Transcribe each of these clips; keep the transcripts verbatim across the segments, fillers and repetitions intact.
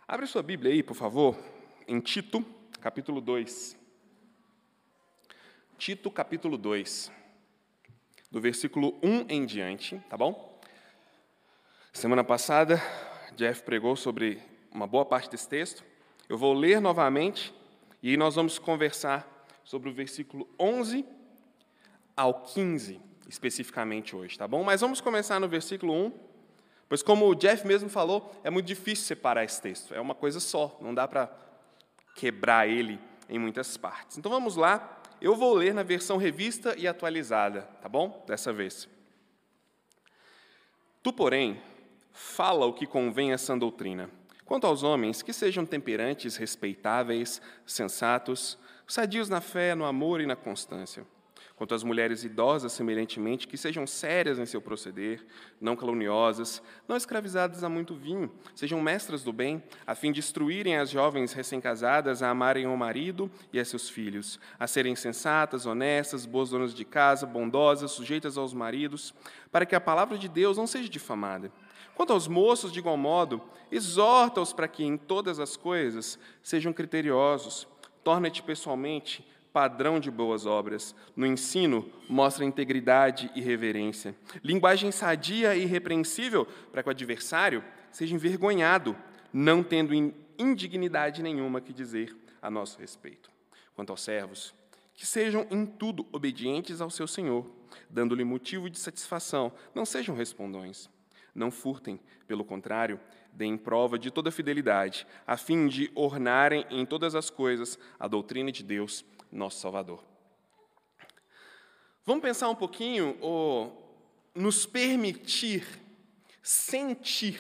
Abre sua Bíblia aí, por favor, em Tito, capítulo dois. Tito, capítulo dois, do versículo um em diante, tá bom? Semana passada, Jeff pregou sobre uma boa parte desse texto. Eu vou ler novamente e aí nós vamos conversar sobre o versículo onze ao quinze, especificamente hoje, tá bom? Mas vamos começar no versículo um, pois como o Jeff mesmo falou, é muito difícil separar esse texto. É uma coisa só, não dá para quebrar ele em muitas partes. Então vamos lá, eu vou ler na versão revista e atualizada, tá bom? Dessa vez. Tu, porém, fala o que convém a sã doutrina. Quanto aos homens, que sejam temperantes, respeitáveis, sensatos, sadios na fé, no amor e na constância. Quanto às mulheres idosas, semelhantemente, que sejam sérias em seu proceder, não caluniosas, não escravizadas a muito vinho, sejam mestras do bem, a fim de instruírem as jovens recém-casadas a amarem o marido e a seus filhos, a serem sensatas, honestas, boas donas de casa, bondosas, sujeitas aos maridos, para que a palavra de Deus não seja difamada. Quanto aos moços, de igual modo, exorta-os para que, em todas as coisas, sejam criteriosos. Torna-te pessoalmente padrão de boas obras. No ensino, mostra integridade e reverência. Linguagem sadia e irrepreensível, para que o adversário seja envergonhado, não tendo indignidade nenhuma que dizer a nosso respeito. Quanto aos servos, que sejam em tudo obedientes ao seu Senhor, dando-lhe motivo de satisfação, não sejam respondões. Não furtem, pelo contrário, deem prova de toda fidelidade, a fim de ornarem em todas as coisas a doutrina de Deus, nosso Salvador. Vamos pensar um pouquinho, oh, nos permitir sentir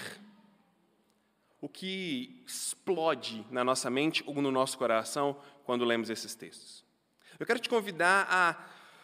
o que explode na nossa mente ou no nosso coração quando lemos esses textos. Eu quero te convidar a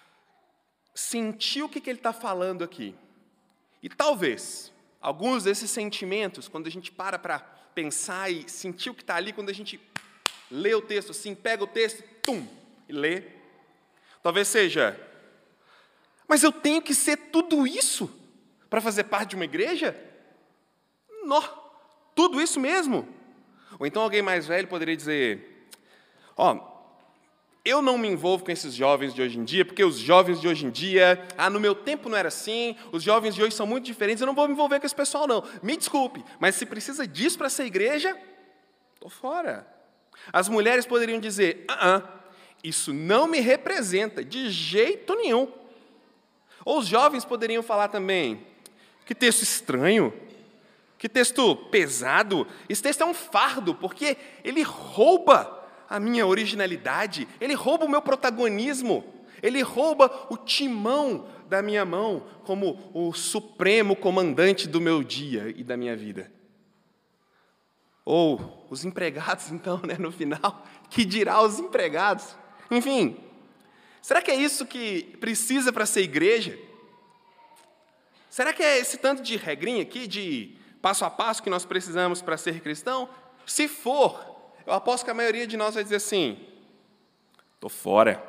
sentir o que ele está falando aqui. E talvez alguns desses sentimentos, quando a gente para para pensar e sentir o que está ali, quando a gente lê o texto assim, pega o texto, tum, e lê, talvez seja, mas eu tenho que ser tudo isso para fazer parte de uma igreja? Nó, tudo isso mesmo? Ou então alguém mais velho poderia dizer, ó, oh, eu não me envolvo com esses jovens de hoje em dia, porque os jovens de hoje em dia, ah, no meu tempo não era assim, os jovens de hoje são muito diferentes, eu não vou me envolver com esse pessoal, não. Me desculpe, mas se precisa disso para ser igreja, estou fora. As mulheres poderiam dizer, ah, ah, isso não me representa de jeito nenhum. Ou os jovens poderiam falar também, que texto estranho, que texto pesado, esse texto é um fardo, porque ele rouba a minha originalidade, ele rouba o meu protagonismo, ele rouba o timão da minha mão como o supremo comandante do meu dia e da minha vida. Ou os empregados, então, né, no final, que dirá os empregados? Enfim, será que é isso que precisa para ser igreja? Será que é esse tanto de regrinha aqui, de passo a passo que nós precisamos para ser cristão? Se for, eu aposto que a maioria de nós vai dizer assim, estou fora,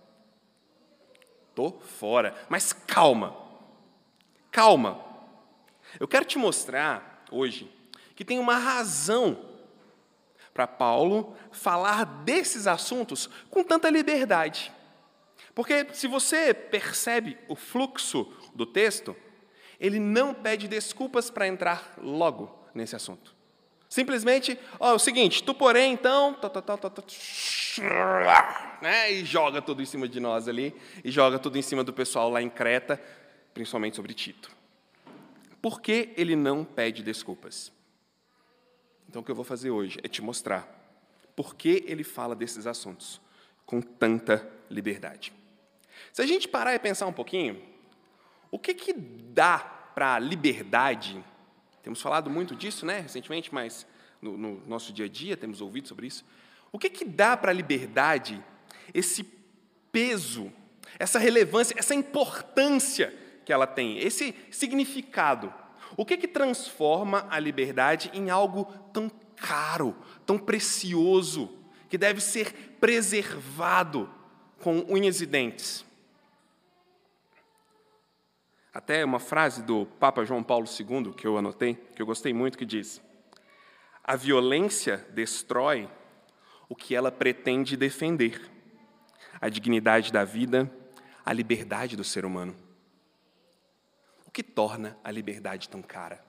estou fora, mas calma, calma. Eu quero te mostrar hoje que tem uma razão para Paulo falar desses assuntos com tanta liberdade. Porque se você percebe o fluxo do texto, ele não pede desculpas para entrar logo nesse assunto. Simplesmente, ó, é o seguinte, tu porém, então, tá, tá, tá, tá, tá, né, e joga tudo em cima de nós ali, e joga tudo em cima do pessoal lá em Creta, principalmente sobre Tito. Por que ele não pede desculpas? Então, o que eu vou fazer hoje é te mostrar por que ele fala desses assuntos com tanta liberdade. Se a gente parar e pensar um pouquinho, o que que dá para a liberdade? Temos falado muito disso, né, recentemente, mas no, no nosso dia a dia temos ouvido sobre isso. O que que dá para a liberdade esse peso, essa relevância, essa importância que ela tem, esse significado? O que que transforma a liberdade em algo tão caro, tão precioso, que deve ser preservado com unhas e dentes? Até uma frase do Papa João Paulo segundo, que eu anotei, que eu gostei muito, que diz: A violência destrói o que ela pretende defender: a dignidade da vida, a liberdade do ser humano. O que torna a liberdade tão cara?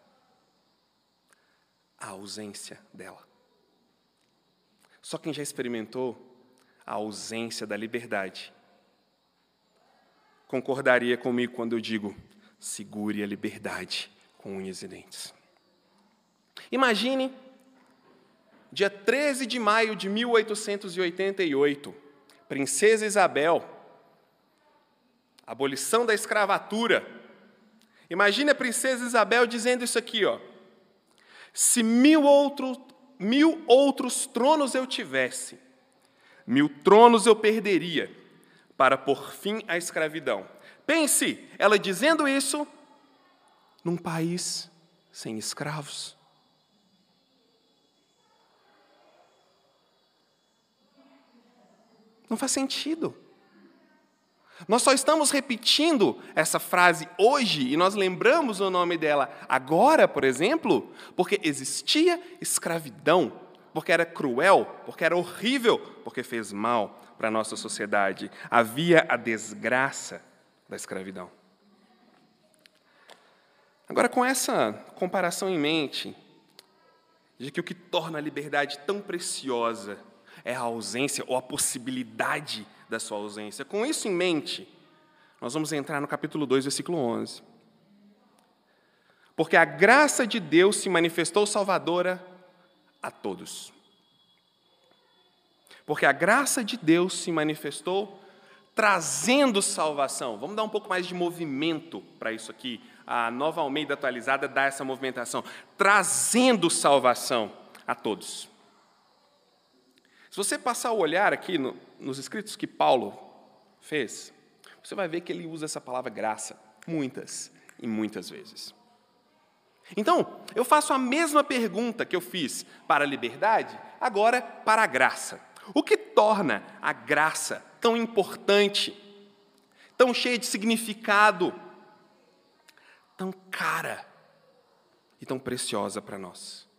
A ausência dela. Só quem já experimentou a ausência da liberdade concordaria comigo quando eu digo: segure a liberdade com unhas e dentes. Imagine, dia treze de maio de mil oitocentos e oitenta e oito, Princesa Isabel, abolição da escravatura. Imagine a Princesa Isabel dizendo isso aqui, ó: se mil, outro, mil outros tronos eu tivesse, mil tronos eu perderia para pôr fim à escravidão. Pense, ela dizendo isso num país sem escravos. Não faz sentido. Nós só estamos repetindo essa frase hoje, e nós lembramos o nome dela agora, por exemplo, porque existia escravidão, porque era cruel, porque era horrível, porque fez mal para a nossa sociedade. Havia a desgraça da escravidão. Agora, com essa comparação em mente, de que o que torna a liberdade tão preciosa é a ausência ou a possibilidade da sua ausência. Com isso em mente, nós vamos entrar no capítulo dois, versículo onze. Porque a graça de Deus se manifestou salvadora a todos. Porque a graça de Deus se manifestou trazendo salvação. Vamos dar um pouco mais de movimento para isso aqui. A Nova Almeida atualizada dá essa movimentação. Trazendo salvação a todos. Se você passar o olhar aqui no, nos escritos que Paulo fez, você vai ver que ele usa essa palavra graça muitas e muitas vezes. Então, eu faço a mesma pergunta que eu fiz para a liberdade, agora para a graça. O que torna a graça tão importante, tão cheia de significado, tão cara e tão preciosa para nós?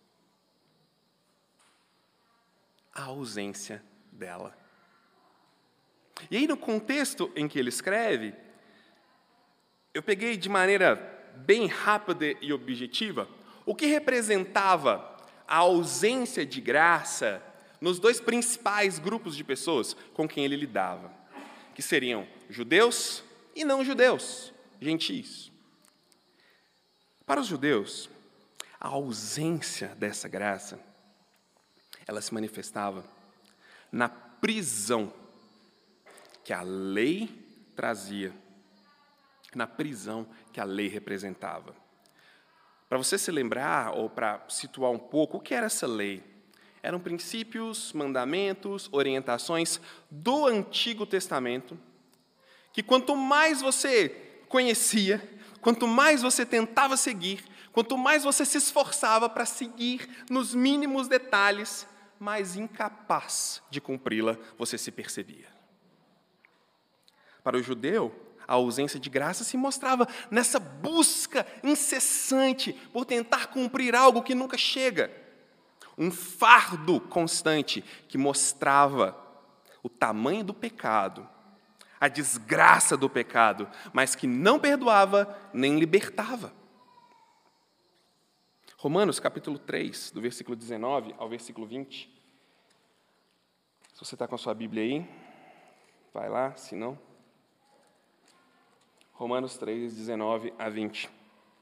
A ausência dela. E aí, no contexto em que ele escreve, eu peguei de maneira bem rápida e objetiva o que representava a ausência de graça nos dois principais grupos de pessoas com quem ele lidava, que seriam judeus e não judeus, gentios. Para os judeus, a ausência dessa graça, ela se manifestava na prisão que a lei trazia, na prisão que a lei representava. Para você se lembrar, ou para situar um pouco, o que era essa lei? Eram princípios, mandamentos, orientações do Antigo Testamento, que quanto mais você conhecia, quanto mais você tentava seguir, quanto mais você se esforçava para seguir nos mínimos detalhes, mais incapaz de cumpri-la você se percebia. Para o judeu, a ausência de graça se mostrava nessa busca incessante por tentar cumprir algo que nunca chega. Um fardo constante que mostrava o tamanho do pecado, a desgraça do pecado, mas que não perdoava nem libertava. Romanos, capítulo três, do versículo dezenove ao versículo vinte. Se você está com a sua Bíblia aí, vai lá, se não. Romanos três, dezenove a vinte.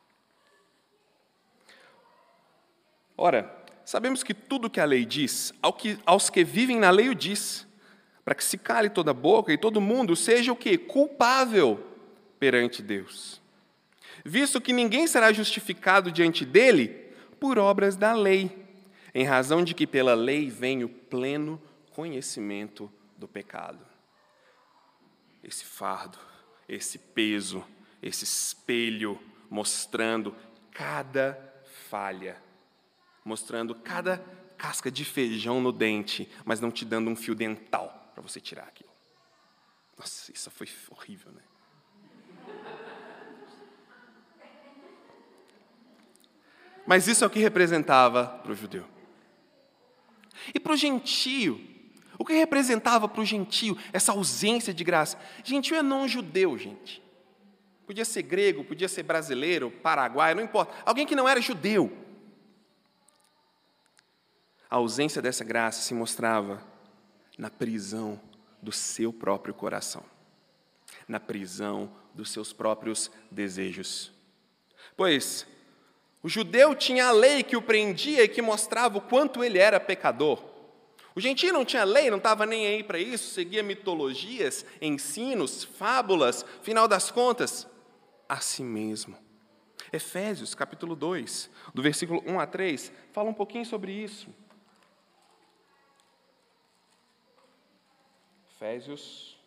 Ora, sabemos que tudo que a lei diz, ao que, aos que vivem na lei o diz, para que se cale toda a boca e todo mundo seja o quê? Culpável perante Deus. Visto que ninguém será justificado diante dele por obras da lei, em razão de que pela lei vem o pleno conhecimento do pecado. Esse fardo, esse peso, esse espelho mostrando cada falha, mostrando cada casca de feijão no dente, mas não te dando um fio dental para você tirar aquilo. Nossa, isso foi horrível, né? Mas isso é o que representava para o judeu. E para o gentio, o que representava para o gentio essa ausência de graça? Gentio é não-judeu, gente. Podia ser grego, podia ser brasileiro, paraguaio, não importa. Alguém que não era judeu. A ausência dessa graça se mostrava na prisão do seu próprio coração, na prisão dos seus próprios desejos. Pois o judeu tinha a lei que o prendia e que mostrava o quanto ele era pecador. O gentio não tinha lei, não estava nem aí para isso, seguia mitologias, ensinos, fábulas, final das contas, a si mesmo. Efésios, capítulo dois, do versículo um a três, fala um pouquinho sobre isso. Efésios.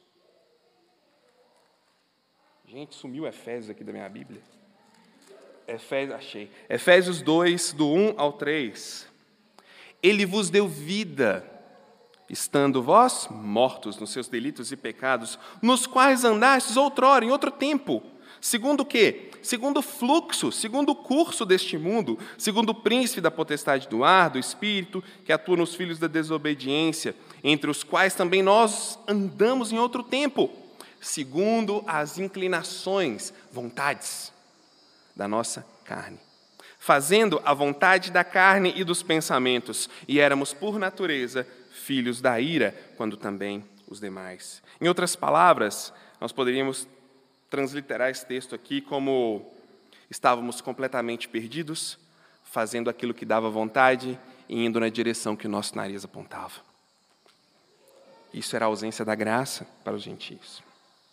Gente, sumiu Efésios aqui da minha Bíblia. Efésios, achei. Efésios dois, do um ao três. Ele vos deu vida, estando vós mortos nos seus delitos e pecados, nos quais andastes outrora, em outro tempo. Segundo o quê? Segundo o fluxo, segundo o curso deste mundo, segundo o príncipe da potestade do ar, do espírito, que atua nos filhos da desobediência, entre os quais também nós andamos em outro tempo, segundo as inclinações, vontades da nossa carne, fazendo a vontade da carne e dos pensamentos, e éramos, por natureza, filhos da ira, quando também os demais. Em outras palavras, nós poderíamos transliterar esse texto aqui como estávamos completamente perdidos, fazendo aquilo que dava vontade e indo na direção que o nosso nariz apontava. Isso era a ausência da graça para os gentios.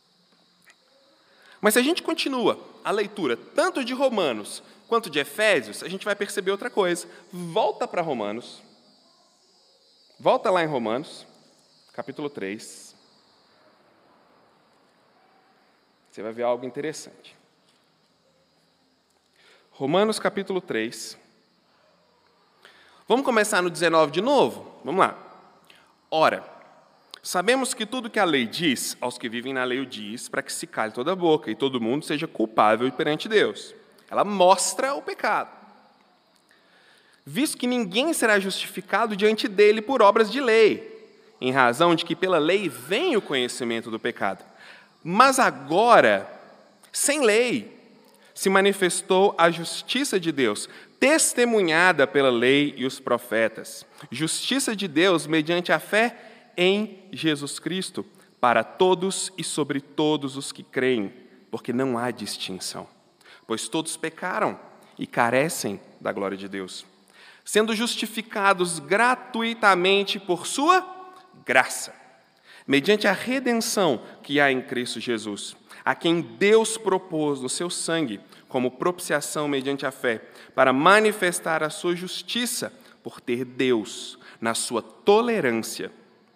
Mas se a gente continua a leitura tanto de Romanos quanto de Efésios, a gente vai perceber outra coisa. Volta para Romanos. Volta lá em Romanos, capítulo três. Você vai ver algo interessante. Romanos, capítulo três. Vamos começar no dezenove de novo? Vamos lá. Ora, sabemos que tudo que a lei diz, aos que vivem na lei o diz, para que se cale toda a boca e todo mundo seja culpável perante Deus. Ela mostra o pecado. Visto que ninguém será justificado diante dele por obras de lei, em razão de que pela lei vem o conhecimento do pecado. Mas agora, sem lei, se manifestou a justiça de Deus, testemunhada pela lei e os profetas. Justiça de Deus mediante a fé em Jesus Cristo, para todos e sobre todos os que creem, porque não há distinção. Pois todos pecaram e carecem da glória de Deus, sendo justificados gratuitamente por sua graça, mediante a redenção que há em Cristo Jesus, a quem Deus propôs no seu sangue como propiciação mediante a fé, para manifestar a sua justiça, por ter Deus, na sua tolerância,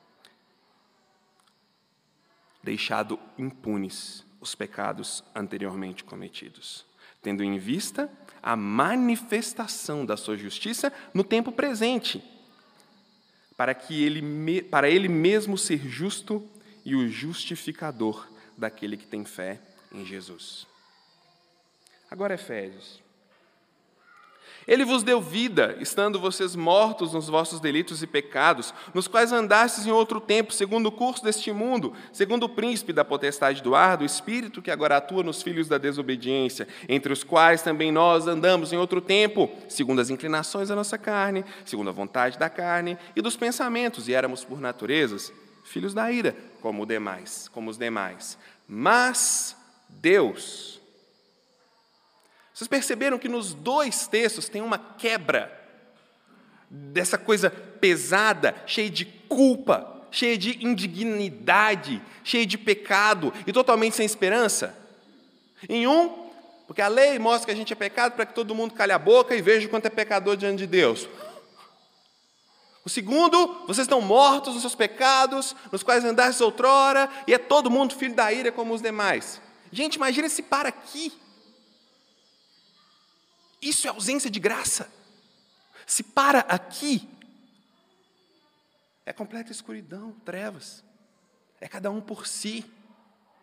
deixado impunes os pecados anteriormente cometidos, tendo em vista a manifestação da sua justiça no tempo presente, para que ele, para ele mesmo ser justo e o justificador daquele que tem fé em Jesus. Agora, Efésios. Ele vos deu vida, estando vocês mortos nos vossos delitos e pecados, nos quais andastes em outro tempo, segundo o curso deste mundo, segundo o príncipe da potestade do ar, do espírito que agora atua nos filhos da desobediência, entre os quais também nós andamos em outro tempo, segundo as inclinações da nossa carne, segundo a vontade da carne e dos pensamentos, e éramos por naturezas filhos da ira, como, demais, como os demais. Mas Deus... Vocês perceberam que nos dois textos tem uma quebra dessa coisa pesada, cheia de culpa, cheia de indignidade, cheia de pecado e totalmente sem esperança? Em um, porque a lei mostra que a gente é pecado para que todo mundo cale a boca e veja o quanto é pecador diante de Deus. O segundo, vocês estão mortos nos seus pecados, nos quais andastes outrora, e é todo mundo filho da ira como os demais. Gente, imagina se para aqui. Isso é ausência de graça. Se para aqui, é completa escuridão, trevas. É cada um por si.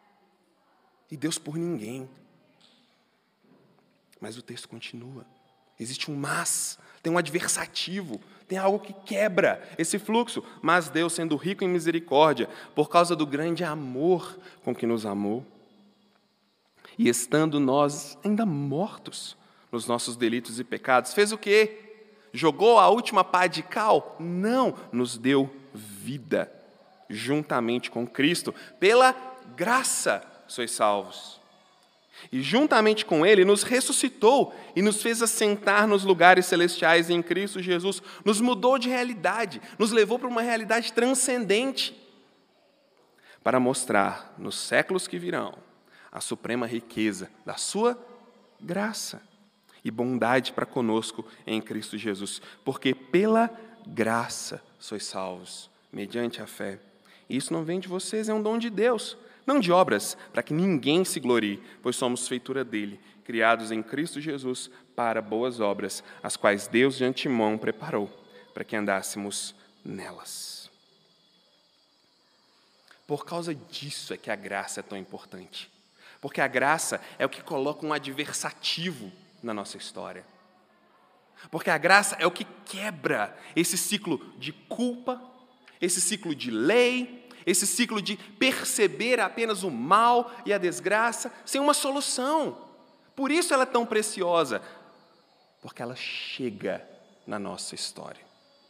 E Deus por ninguém. Mas o texto continua. Existe um mas, tem um adversativo, tem algo que quebra esse fluxo. Mas Deus, sendo rico em misericórdia, por causa do grande amor com que nos amou, e estando nós ainda mortos nos nossos delitos e pecados, fez o quê? Jogou a última pá de cal? Não, nos deu vida, juntamente com Cristo. Pela graça sois salvos. E juntamente com Ele nos ressuscitou e nos fez assentar nos lugares celestiais em Cristo Jesus. Nos mudou de realidade, nos levou para uma realidade transcendente, para mostrar nos séculos que virão a suprema riqueza da sua graça e bondade para conosco em Cristo Jesus. Porque pela graça sois salvos, mediante a fé. E isso não vem de vocês, é um dom de Deus, não de obras, para que ninguém se glorie, pois somos feitura dele, criados em Cristo Jesus para boas obras, as quais Deus de antemão preparou, para que andássemos nelas. Por causa disso é que a graça é tão importante. Porque a graça é o que coloca um adversativo na nossa história. Porque a graça é o que quebra esse ciclo de culpa, esse ciclo de lei, esse ciclo de perceber apenas o mal e a desgraça sem uma solução. Por isso ela é tão preciosa, porque ela chega na nossa história.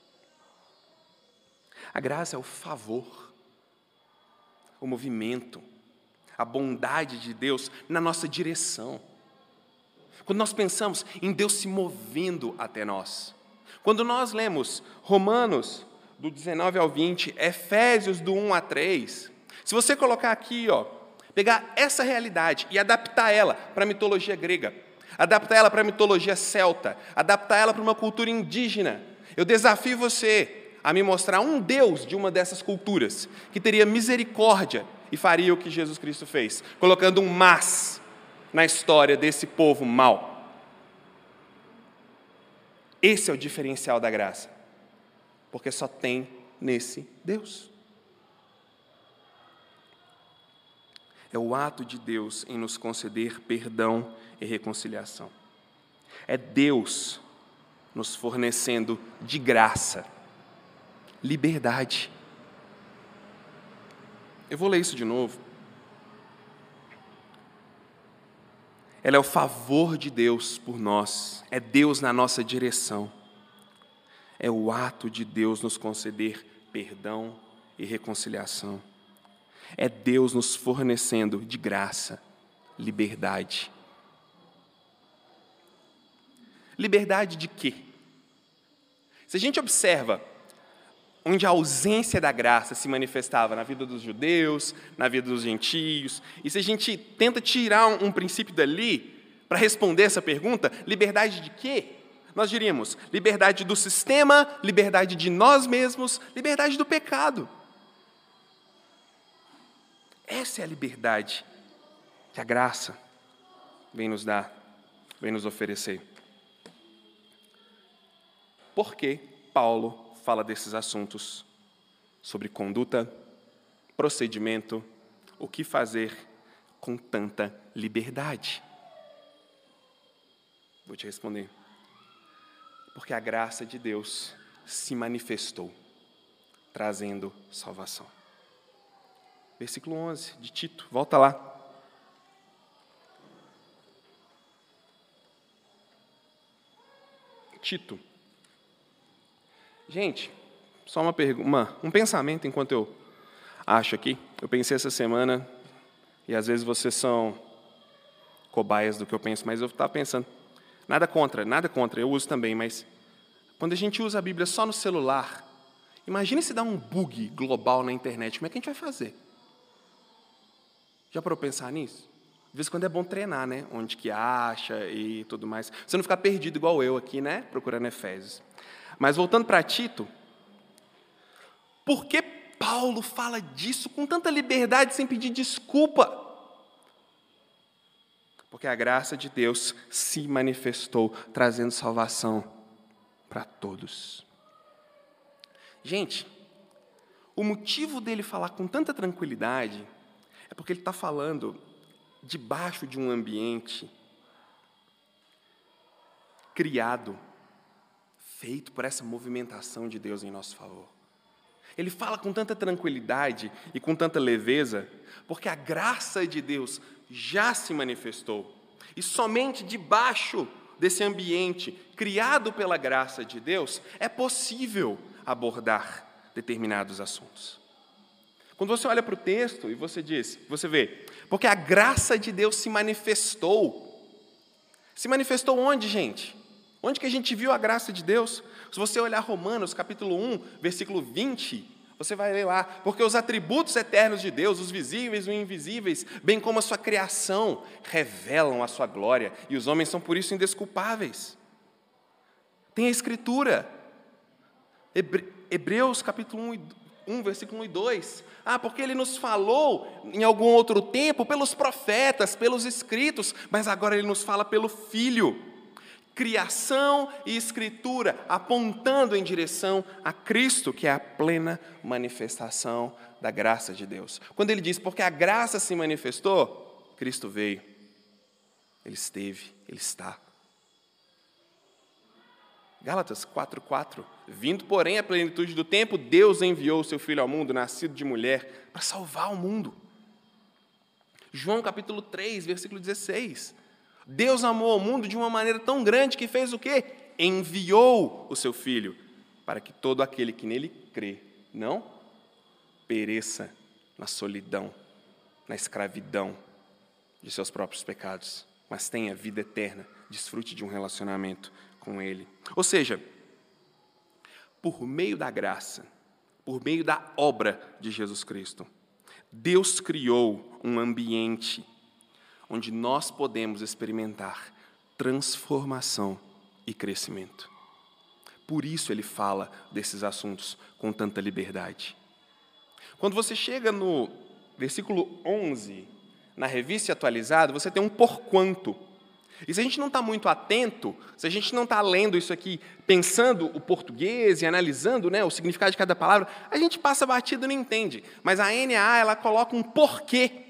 A graça é o favor, o movimento, a bondade de Deus na nossa direção. Quando nós pensamos em Deus se movendo até nós. Quando nós lemos Romanos, do dezenove ao vinte, Efésios, do um a três, se você colocar aqui, ó, pegar essa realidade e adaptar ela para a mitologia grega, adaptar ela para a mitologia celta, adaptar ela para uma cultura indígena, eu desafio você a me mostrar um Deus de uma dessas culturas que teria misericórdia e faria o que Jesus Cristo fez, colocando um mas na história desse povo mau. Esse é o diferencial da graça, porque só tem nesse Deus. É o ato de Deus em nos conceder perdão e reconciliação. É Deus nos fornecendo de graça liberdade. Eu vou ler isso de novo. Ela é o favor de Deus por nós, é Deus na nossa direção. É o ato de Deus nos conceder perdão e reconciliação. É Deus nos fornecendo de graça liberdade. Liberdade de quê? Se a gente observa onde a ausência da graça se manifestava na vida dos judeus, na vida dos gentios, e se a gente tenta tirar um, um princípio dali para responder essa pergunta, liberdade de quê? Nós diríamos liberdade do sistema, liberdade de nós mesmos, liberdade do pecado. Essa é a liberdade que a graça vem nos dar, vem nos oferecer. Por que Paulo fala desses assuntos sobre conduta, procedimento, o que fazer com tanta liberdade? Vou te responder. Porque a graça de Deus se manifestou, trazendo salvação. Versículo onze de Tito, volta lá. Tito. Gente, só uma pergunta, um pensamento enquanto eu acho aqui. Eu pensei essa semana, e às vezes vocês são cobaias do que eu penso, mas eu estava pensando, nada contra, nada contra, eu uso também, mas quando a gente usa a Bíblia só no celular, imagine se dá um bug global na internet, como é que a gente vai fazer? Já parou para pensar nisso? De vez em quando é bom treinar, né? Onde que acha e tudo mais. Você não ficar perdido igual eu aqui, né? Procurando Efésios. Mas voltando para Tito, por que Paulo fala disso com tanta liberdade sem pedir desculpa? Porque a graça de Deus se manifestou, trazendo salvação para todos. Gente, o motivo dele falar com tanta tranquilidade é porque ele está falando debaixo de um ambiente criado, feito por essa movimentação de Deus em nosso favor. Ele fala com tanta tranquilidade e com tanta leveza, porque a graça de Deus já se manifestou. E somente debaixo desse ambiente criado pela graça de Deus é possível abordar determinados assuntos. Quando você olha para o texto e você diz, você vê, porque a graça de Deus se manifestou. Se manifestou onde, gente? Onde que a gente viu a graça de Deus? Se você olhar Romanos, capítulo um, versículo vinte, você vai ler lá, porque os atributos eternos de Deus, os visíveis e os invisíveis, bem como a sua criação, revelam a sua glória, e os homens são por isso indesculpáveis. Tem a Escritura, Hebreus, capítulo um, versículo um e dois. Ah, porque ele nos falou em algum outro tempo pelos profetas, pelos escritos, mas agora ele nos fala pelo Filho. Criação e Escritura apontando em direção a Cristo, que é a plena manifestação da graça de Deus. Quando ele diz, porque a graça se manifestou, Cristo veio, Ele esteve, Ele está. Gálatas quatro, quatro. Vindo, porém, à plenitude do tempo, Deus enviou o seu Filho ao mundo, nascido de mulher, para salvar o mundo. João capítulo três, versículo dezesseis. Deus amou o mundo de uma maneira tão grande que fez o quê? Enviou o seu Filho, para que todo aquele que nele crê não pereça na solidão, na escravidão de seus próprios pecados, mas tenha vida eterna, desfrute de um relacionamento com Ele. Ou seja, por meio da graça, por meio da obra de Jesus Cristo, Deus criou um ambiente onde nós podemos experimentar transformação e crescimento. Por isso ele fala desses assuntos com tanta liberdade. Quando você chega no versículo onze, na revista atualizada, você tem um porquanto. E se a gente não está muito atento, se a gente não está lendo isso aqui, pensando o português e analisando, né, o significado de cada palavra, a gente passa batido e não entende. Mas a N A, ela coloca um porquê.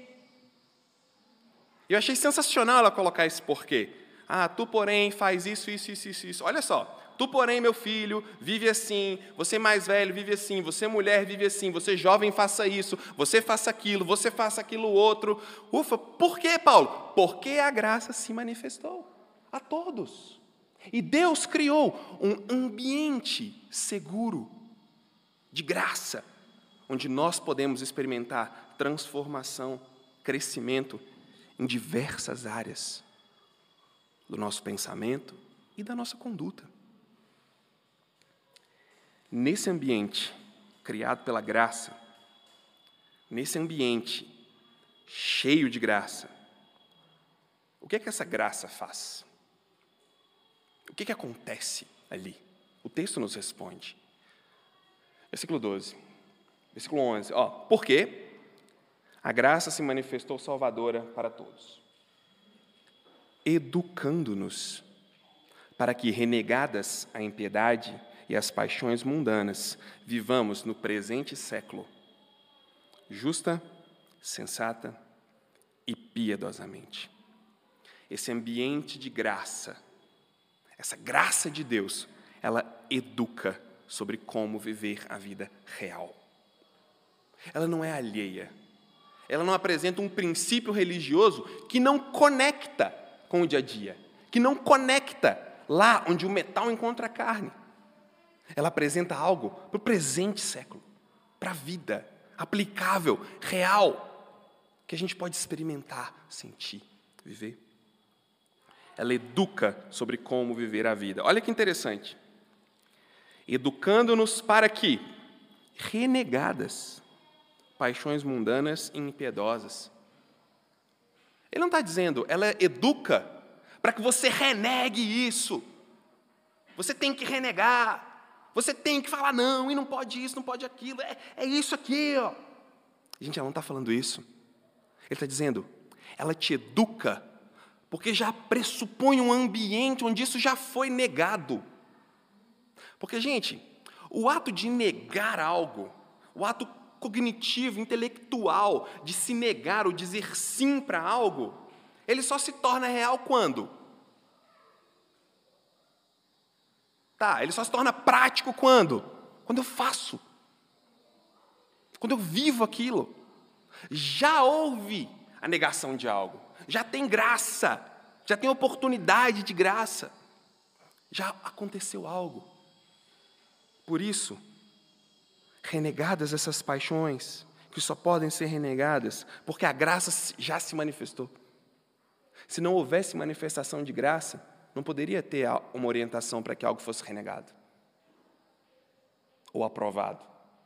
Eu achei sensacional ela colocar esse porquê. Ah, tu, porém, faz isso, isso, isso, isso, isso. Olha só. Tu, porém, meu filho, vive assim. Você mais velho, vive assim. Você, mulher, vive assim. Você, jovem, faça isso. Você, faça aquilo. Você, faça aquilo outro. Ufa, por quê, Paulo? Porque a graça se manifestou a todos. E Deus criou um ambiente seguro, de graça, onde nós podemos experimentar transformação, crescimento, em diversas áreas do nosso pensamento e da nossa conduta. Nesse ambiente criado pela graça, nesse ambiente cheio de graça, o que é que essa graça faz? O que é que acontece ali? O texto nos responde. Versículo doze, versículo onze. Ó, por quê? A graça se manifestou salvadora para todos, educando-nos para que, renegadas a impiedade e as paixões mundanas, vivamos no presente século, justa, sensata e piedosamente. Esse ambiente de graça, essa graça de Deus, ela educa sobre como viver a vida real. Ela não é alheia. Ela não apresenta um princípio religioso que não conecta com o dia a dia, que não conecta lá onde o metal encontra a carne. Ela apresenta algo para o presente século, para a vida, aplicável, real, que a gente pode experimentar, sentir, viver. Ela educa sobre como viver a vida. Olha que interessante. Educando-nos para que, renegadas, paixões mundanas e impiedosas. Ele não está dizendo, ela educa para que você renegue isso. Você tem que renegar. Você tem que falar não, e não pode isso, não pode aquilo. É, é isso aqui, ó. Gente, ela não está falando isso. Ele está dizendo, ela te educa, porque já pressupõe um ambiente onde isso já foi negado. Porque, gente, o ato de negar algo, o ato cognitivo, intelectual, de se negar ou dizer sim para algo, ele só se torna real quando? Tá, ele só se torna prático quando? Quando eu faço. Quando eu vivo aquilo. Já houve a negação de algo. Já tem graça. Já tem oportunidade de graça. Já aconteceu algo. Por isso, renegadas essas paixões, que só podem ser renegadas, porque a graça já se manifestou. Se não houvesse manifestação de graça, não poderia ter uma orientação para que algo fosse renegado ou aprovado.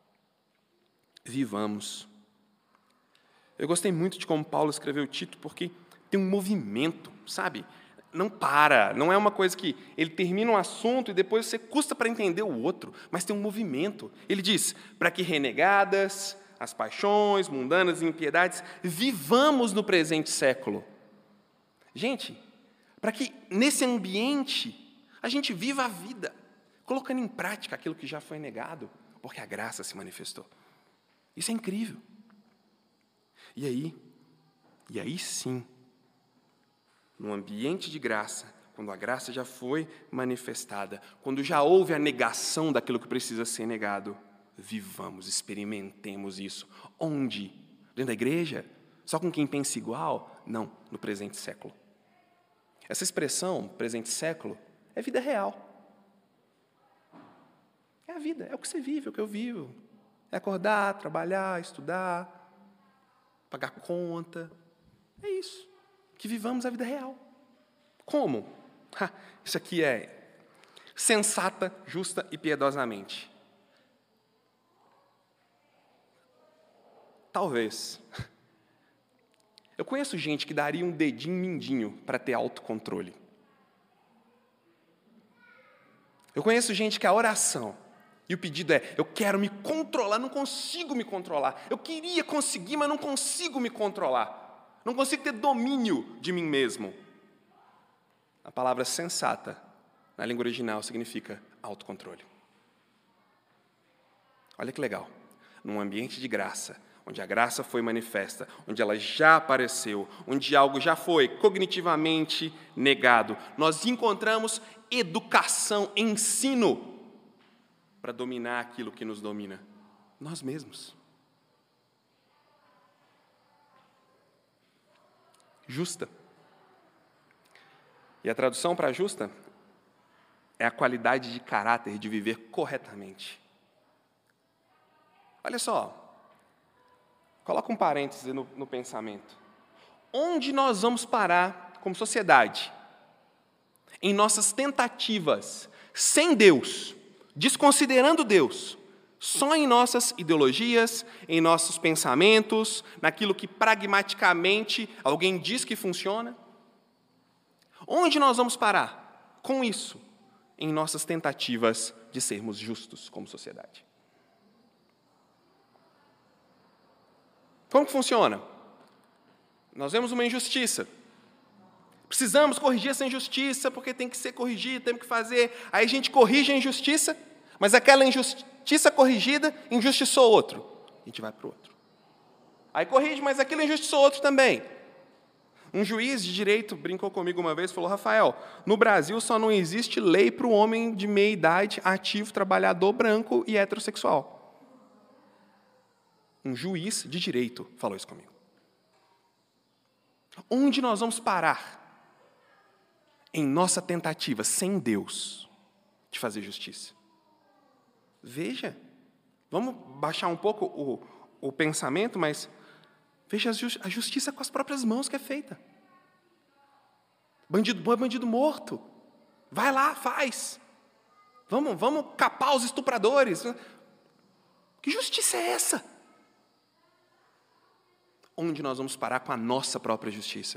Vivamos. Eu gostei muito de como Paulo escreveu Tito, porque tem um movimento, sabe? Não para, não é uma coisa que ele termina um assunto e depois você custa para entender o outro, mas tem um movimento. Ele diz, para que renegadas as paixões mundanas e impiedades, vivamos no presente século. Gente, para que nesse ambiente a gente viva a vida, colocando em prática aquilo que já foi negado, porque a graça se manifestou. Isso é incrível. E aí, e aí sim, num ambiente de graça, quando a graça já foi manifestada, quando já houve a negação daquilo que precisa ser negado, vivamos, experimentemos isso. Onde? Dentro da igreja? Só com quem pensa igual? Não, no presente século. Essa expressão, presente século, é vida real. É a vida, é o que você vive, é o que eu vivo. É acordar, trabalhar, estudar, pagar conta. É isso. Que vivamos a vida real. Como? Ha, isso aqui é sensata, justa e piedosamente. Talvez. Eu conheço gente que daria um dedinho mindinho para ter autocontrole. Eu conheço gente que a oração e o pedido é, eu quero me controlar, não consigo me controlar. Eu queria conseguir, mas não consigo me controlar. Não consigo ter domínio de mim mesmo. A palavra sensata, na língua original, significa autocontrole. Olha que legal. Num ambiente de graça, onde a graça foi manifesta, onde ela já apareceu, onde algo já foi cognitivamente negado, nós encontramos educação, ensino, para dominar aquilo que nos domina, nós mesmos. Justa. E a tradução para justa é a qualidade de caráter de viver corretamente. Olha só, coloca um parêntese no, no pensamento. Onde nós vamos parar como sociedade? Em nossas tentativas, sem Deus, desconsiderando Deus, só em nossas ideologias, em nossos pensamentos, naquilo que pragmaticamente alguém diz que funciona? Onde nós vamos parar com isso? Em nossas tentativas de sermos justos como sociedade. Como que funciona? Nós vemos uma injustiça. Precisamos corrigir essa injustiça, porque tem que ser corrigido, temos que fazer. Aí a gente corrige a injustiça, mas aquela injustiça corrigida injustiçou outro. A gente vai para o outro. Aí corrige, mas aquilo injustiçou outro também. Um juiz de direito brincou comigo uma vez e falou, Rafael, no Brasil só não existe lei para o homem de meia idade, ativo, trabalhador, branco e heterossexual. Um juiz de direito falou isso comigo. Onde nós vamos parar? Em nossa tentativa, sem Deus, de fazer justiça. Veja, vamos baixar um pouco o, o pensamento, mas veja a justiça com as próprias mãos que é feita. Bandido bom é bandido morto. Vai lá, faz. Vamos, vamos capar os estupradores. Que justiça é essa? Onde nós vamos parar com a nossa própria justiça?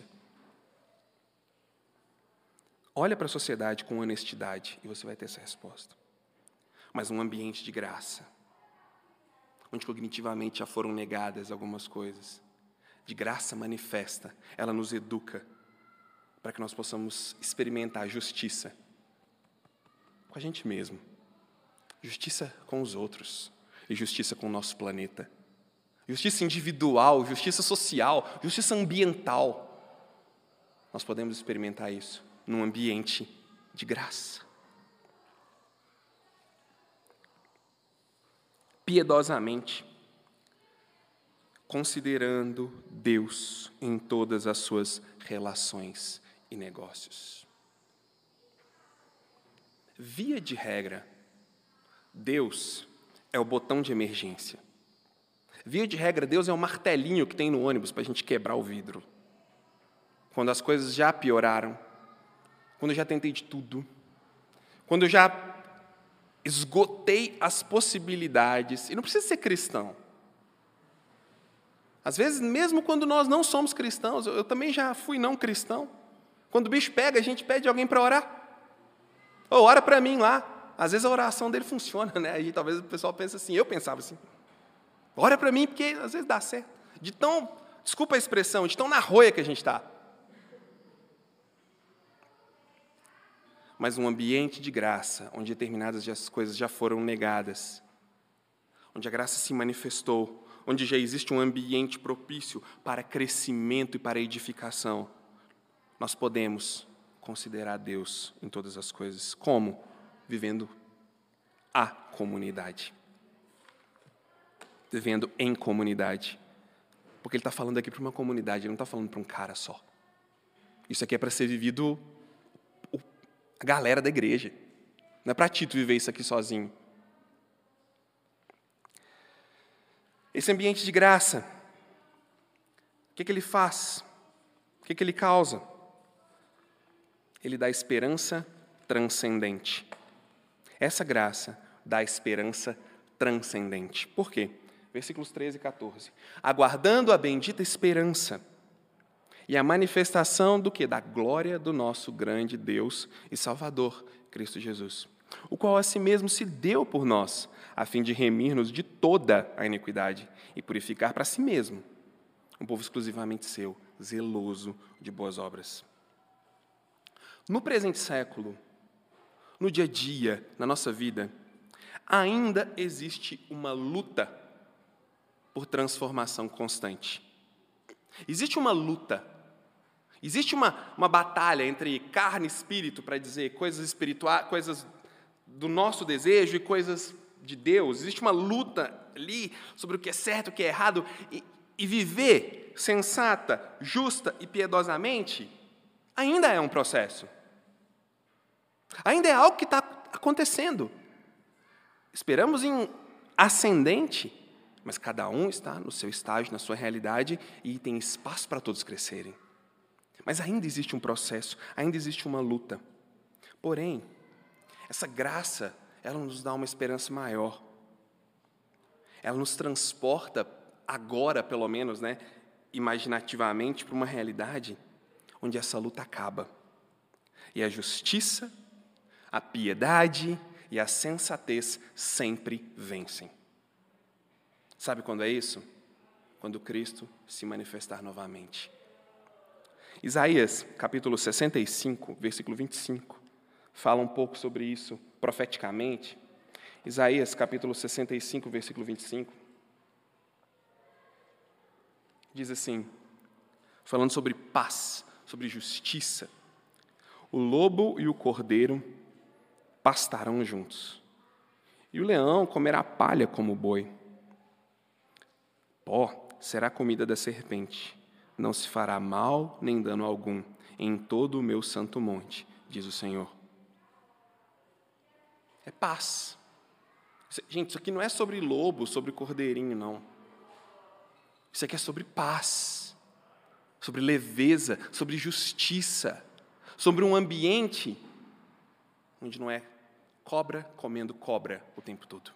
Olha para a sociedade com honestidade e você vai ter essa resposta. Mas um ambiente de graça, onde cognitivamente já foram negadas algumas coisas, de graça manifesta, ela nos educa para que nós possamos experimentar a justiça com a gente mesmo, justiça com os outros e justiça com o nosso planeta. Justiça individual, justiça social, justiça ambiental. Nós podemos experimentar isso num ambiente de graça. piedosamente, considerando Deus em todas as suas relações e negócios. Via de regra, Deus é o botão de emergência. Via de regra, Deus é o martelinho que tem no ônibus para a gente quebrar o vidro. Quando as coisas já pioraram, quando eu já tentei de tudo, quando eu já esgotei as possibilidades, e não precisa ser cristão. Às vezes, mesmo quando nós não somos cristãos, eu, eu também já fui não cristão. Quando o bicho pega, a gente pede alguém para orar. Ou ora para mim lá. Às vezes a oração dele funciona, né? Aí talvez o pessoal pense assim, eu pensava assim. Ora para mim, porque às vezes dá certo. De tão, desculpa a expressão, de tão na roia que a gente está. Mas um ambiente de graça, onde determinadas coisas já foram negadas, onde a graça se manifestou, onde já existe um ambiente propício para crescimento e para edificação, nós podemos considerar Deus em todas as coisas. Como? Vivendo a comunidade. Vivendo em comunidade. Porque ele está falando aqui para uma comunidade, ele não está falando para um cara só. Isso aqui é para ser vivido a galera da igreja. Não é para Tito viver isso aqui sozinho. Esse ambiente de graça, o que, que ele faz? O que, que ele causa? Ele dá esperança transcendente. Essa graça dá esperança transcendente. Por quê? Versículos treze e quatorze. Aguardando a bendita esperança e a manifestação do quê? Da glória do nosso grande Deus e Salvador, Cristo Jesus, o qual a si mesmo se deu por nós, a fim de remir-nos de toda a iniquidade e purificar para si mesmo um povo exclusivamente seu, zeloso de boas obras. No presente século, no dia a dia, na nossa vida, ainda existe uma luta por transformação constante. Existe uma luta, existe uma, uma batalha entre carne e espírito, para dizer coisas espirituais, coisas do nosso desejo e coisas de Deus. Existe uma luta ali sobre o que é certo, o que é errado, e, e viver sensata, justa e piedosamente ainda é um processo. Ainda é algo que está acontecendo. Esperamos em ascendente, mas cada um está no seu estágio, na sua realidade, e tem espaço para todos crescerem. Mas ainda existe um processo, ainda existe uma luta. Porém, essa graça, ela nos dá uma esperança maior. Ela nos transporta, agora pelo menos, né, imaginativamente, para uma realidade onde essa luta acaba. E a justiça, a piedade e a sensatez sempre vencem. Sabe quando é isso? Quando Cristo se manifestar novamente. Isaías, capítulo sessenta e cinco, versículo vinte e cinco, fala um pouco sobre isso profeticamente. Isaías, capítulo sessenta e cinco, versículo vinte e cinco, diz assim, falando sobre paz, sobre justiça: o lobo e o cordeiro pastarão juntos, e o leão comerá palha como o boi. Pó será a comida da serpente, não se fará mal nem dano algum em todo o meu santo monte, diz o Senhor. É paz. Gente, isso aqui não é sobre lobo, sobre cordeirinho, não. Isso aqui é sobre paz, sobre leveza, sobre justiça, sobre um ambiente onde não é cobra comendo cobra o tempo todo.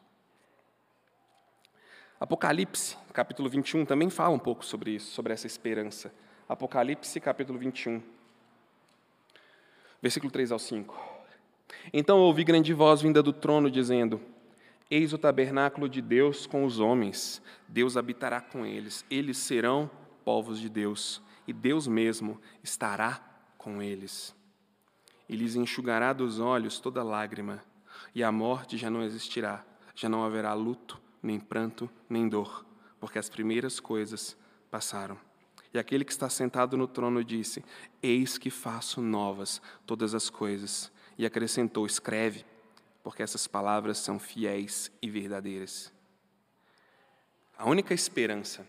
Apocalipse, capítulo vinte e um, também fala um pouco sobre isso, sobre essa esperança. Apocalipse, capítulo vinte e um, versículo três ao cinco. Então ouvi grande voz vinda do trono, dizendo: eis o tabernáculo de Deus com os homens, Deus habitará com eles, eles serão povos de Deus, e Deus mesmo estará com eles. E lhes enxugará dos olhos toda lágrima, e a morte já não existirá, já não haverá luto, nem pranto, nem dor, porque as primeiras coisas passaram. E aquele que está sentado no trono disse: eis que faço novas todas as coisas. E acrescentou: escreve, porque essas palavras são fiéis e verdadeiras. A única esperança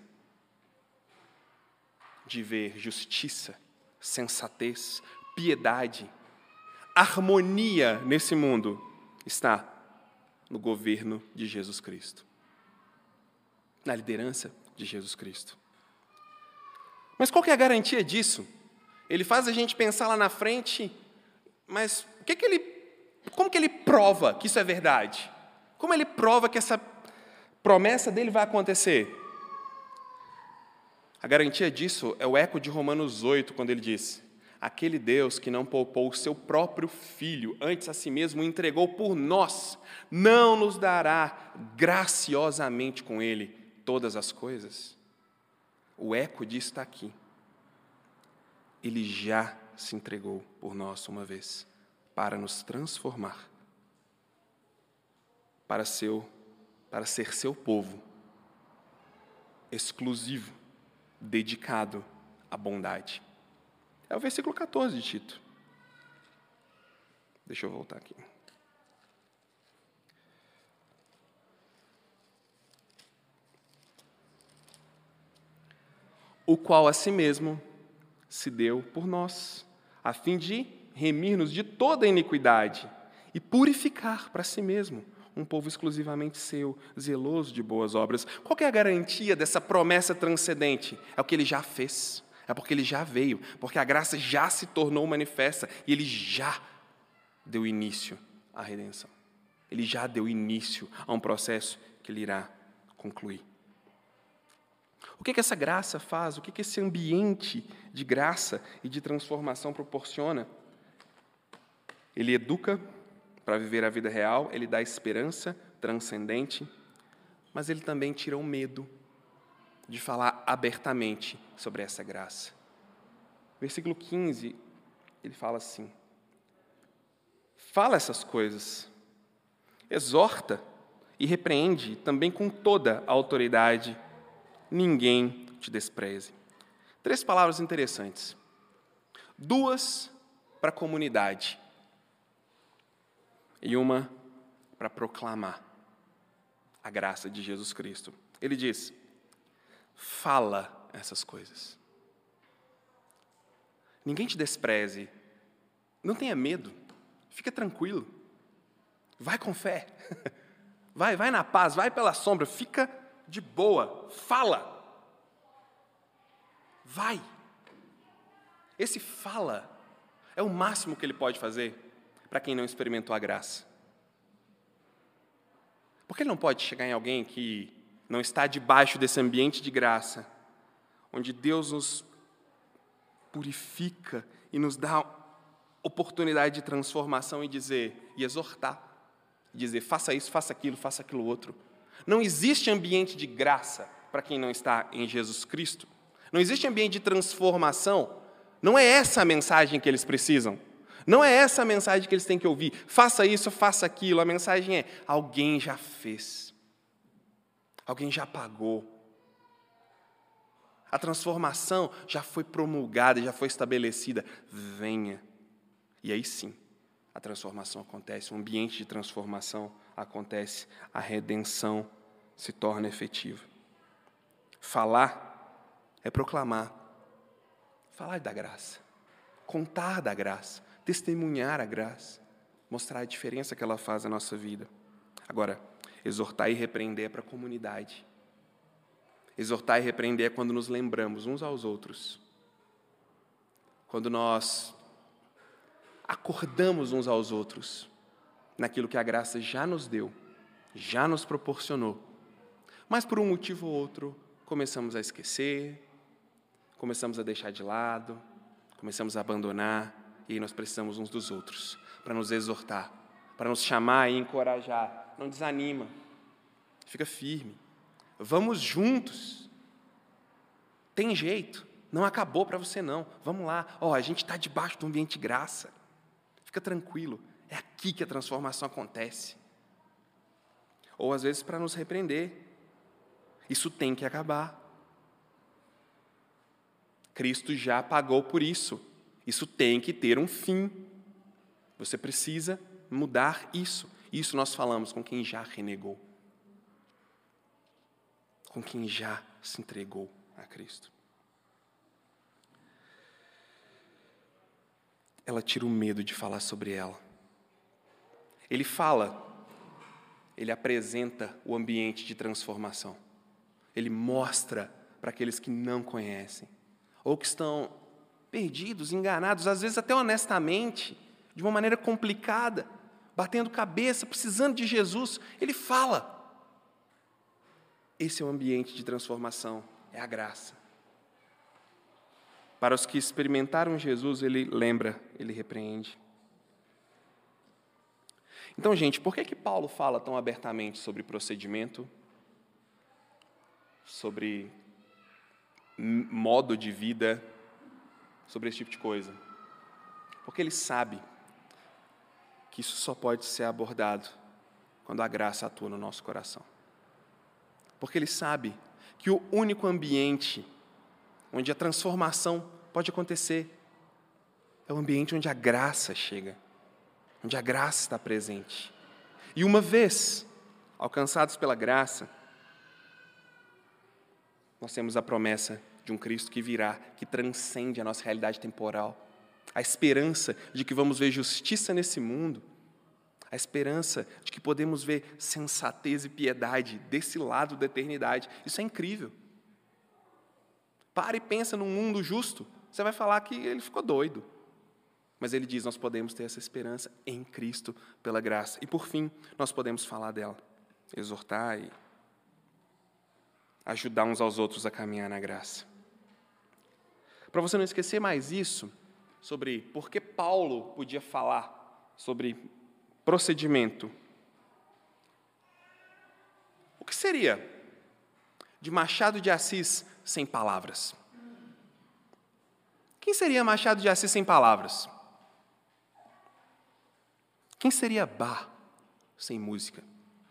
de ver justiça, sensatez, piedade, harmonia nesse mundo está no governo de Jesus Cristo, na liderança de Jesus Cristo. Mas qual que é a garantia disso? Ele faz a gente pensar lá na frente, mas o que que ele, como que ele prova que isso é verdade? Como ele prova que essa promessa dele vai acontecer? A garantia disso é o eco de Romanos oito, quando ele diz: aquele Deus que não poupou o seu próprio Filho, antes a si mesmo o entregou por nós, não nos dará graciosamente com Ele todas as coisas? O eco disso está aqui. Ele já se entregou por nós uma vez, para nos transformar, para, seu, para ser seu povo, exclusivo, dedicado à bondade. É o versículo quatorze de Tito. Deixa eu voltar aqui. O qual a si mesmo se deu por nós, a fim de remir-nos de toda a iniquidade e purificar para si mesmo um povo exclusivamente seu, zeloso de boas obras. Qual que é a garantia dessa promessa transcendente? É o que ele já fez. É porque ele já veio, porque a graça já se tornou manifesta e ele já deu início à redenção. Ele já deu início a um processo que ele irá concluir. O que que essa graça faz? O que que esse ambiente de graça e de transformação proporciona? Ele educa para viver a vida real, ele dá esperança transcendente, mas ele também tira o medo de falar abertamente sobre essa graça. Versículo quinze, ele fala assim: fala essas coisas, exorta e repreende também com toda a autoridade, ninguém te despreze. Três palavras interessantes. Duas para a comunidade e uma para proclamar a graça de Jesus Cristo. Ele diz: fala essas coisas. Ninguém te despreze. Não tenha medo. Fica tranquilo. Vai com fé. Vai, vai na paz, vai pela sombra. Fica de boa. Fala. Vai. Esse fala é o máximo que ele pode fazer para quem não experimentou a graça. Porque ele não pode chegar em alguém que não está debaixo desse ambiente de graça, onde Deus nos purifica e nos dá oportunidade de transformação e dizer, e exortar, e dizer, faça isso, faça aquilo, faça aquilo outro. Não existe ambiente de graça para quem não está em Jesus Cristo. Não existe ambiente de transformação. Não é essa a mensagem que eles precisam. Não é essa a mensagem que eles têm que ouvir. Faça isso, faça aquilo. A mensagem é, alguém já fez. Alguém já pagou. A transformação já foi promulgada, já foi estabelecida. Venha. E aí sim, a transformação acontece, o ambiente de transformação acontece, a redenção se torna efetiva. Falar é proclamar. Falar da graça. Contar da graça. Testemunhar a graça. Mostrar a diferença que ela faz na nossa vida. Agora, exortar e repreender é para a comunidade. Exortar e repreender é quando nos lembramos uns aos outros. Quando nós acordamos uns aos outros naquilo que a graça já nos deu, já nos proporcionou. Mas por um motivo ou outro, começamos a esquecer, começamos a deixar de lado, começamos a abandonar, e aí nós precisamos uns dos outros para nos exortar, para nos chamar e encorajar. Não desanima, fica firme. Vamos juntos. Tem jeito, não acabou para você não. Vamos lá, oh, a gente está debaixo do ambiente de graça. Fica tranquilo, é aqui que a transformação acontece. Ou às vezes para nos repreender. Isso tem que acabar. Cristo já pagou por isso. Isso tem que ter um fim. Você precisa mudar isso. Isso nós falamos com quem já renegou. com quem já se entregou a Cristo. Ela tira o medo de falar sobre ela. Ele fala, ele apresenta o ambiente de transformação. Ele mostra para aqueles que não conhecem, ou que estão perdidos, enganados, às vezes até honestamente, de uma maneira complicada, batendo cabeça, precisando de Jesus. Ele fala. Esse é o ambiente de transformação, é a graça. Para os que experimentaram Jesus, ele lembra, ele repreende. Então, gente, por que que Paulo fala tão abertamente sobre procedimento, sobre modo de vida, sobre esse tipo de coisa? Porque ele sabe que isso só pode ser abordado quando a graça atua no nosso coração. Porque ele sabe que o único ambiente onde a transformação pode acontecer é o ambiente onde a graça chega, onde a graça está presente. E uma vez alcançados pela graça, nós temos a promessa de um Cristo que virá, que transcende a nossa realidade temporal, a esperança de que vamos ver justiça nesse mundo, a esperança de que podemos ver sensatez e piedade desse lado da eternidade. Isso é incrível. Para e pensa num mundo justo, você vai falar que ele ficou doido. Mas ele diz, nós podemos ter essa esperança em Cristo pela graça. E por fim, nós podemos falar dela, exortar e ajudar uns aos outros a caminhar na graça. Para você não esquecer mais isso, sobre por que Paulo podia falar sobre procedimento. O que seria de Machado de Assis sem palavras? Quem seria Machado de Assis sem palavras? Quem seria Bach sem música?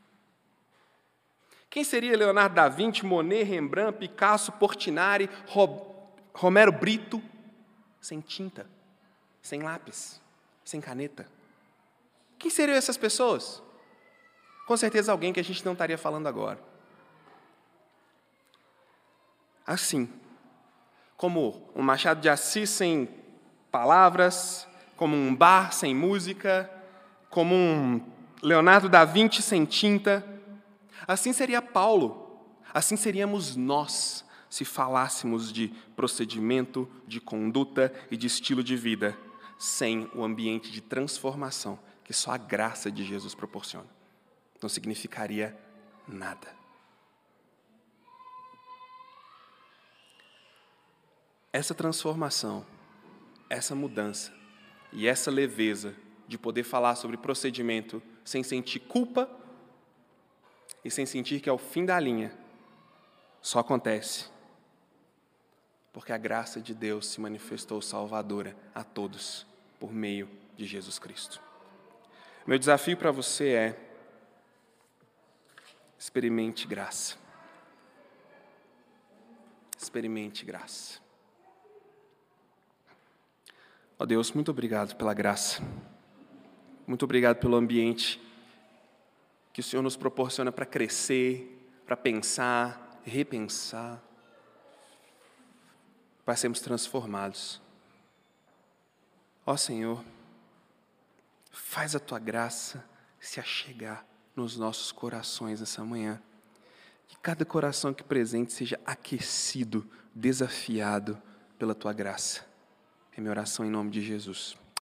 Quem seria Leonardo da Vinci, Monet, Rembrandt, Picasso, Portinari, Romero Brito sem tinta, sem lápis, sem caneta? Quem seriam essas pessoas? Com certeza alguém que a gente não estaria falando agora. Assim, como um Machado de Assis sem palavras, como um Bach sem música, como um Leonardo da Vinci sem tinta, assim seria Paulo, assim seríamos nós, se falássemos de procedimento, de conduta e de estilo de vida, sem o ambiente de transformação que só a graça de Jesus proporciona. Não significaria nada. Essa transformação, essa mudança e essa leveza de poder falar sobre procedimento sem sentir culpa e sem sentir que é o fim da linha, só acontece porque a graça de Deus se manifestou salvadora a todos por meio de Jesus Cristo. Meu desafio para você é: experimente graça. Experimente graça. Ó Deus, muito obrigado pela graça. Muito obrigado pelo ambiente que o Senhor nos proporciona para crescer, para pensar, repensar, para sermos transformados. Ó Senhor, faz a Tua graça se achegar nos nossos corações essa manhã. Que cada coração aqui presente seja aquecido, desafiado pela Tua graça. É minha oração em nome de Jesus.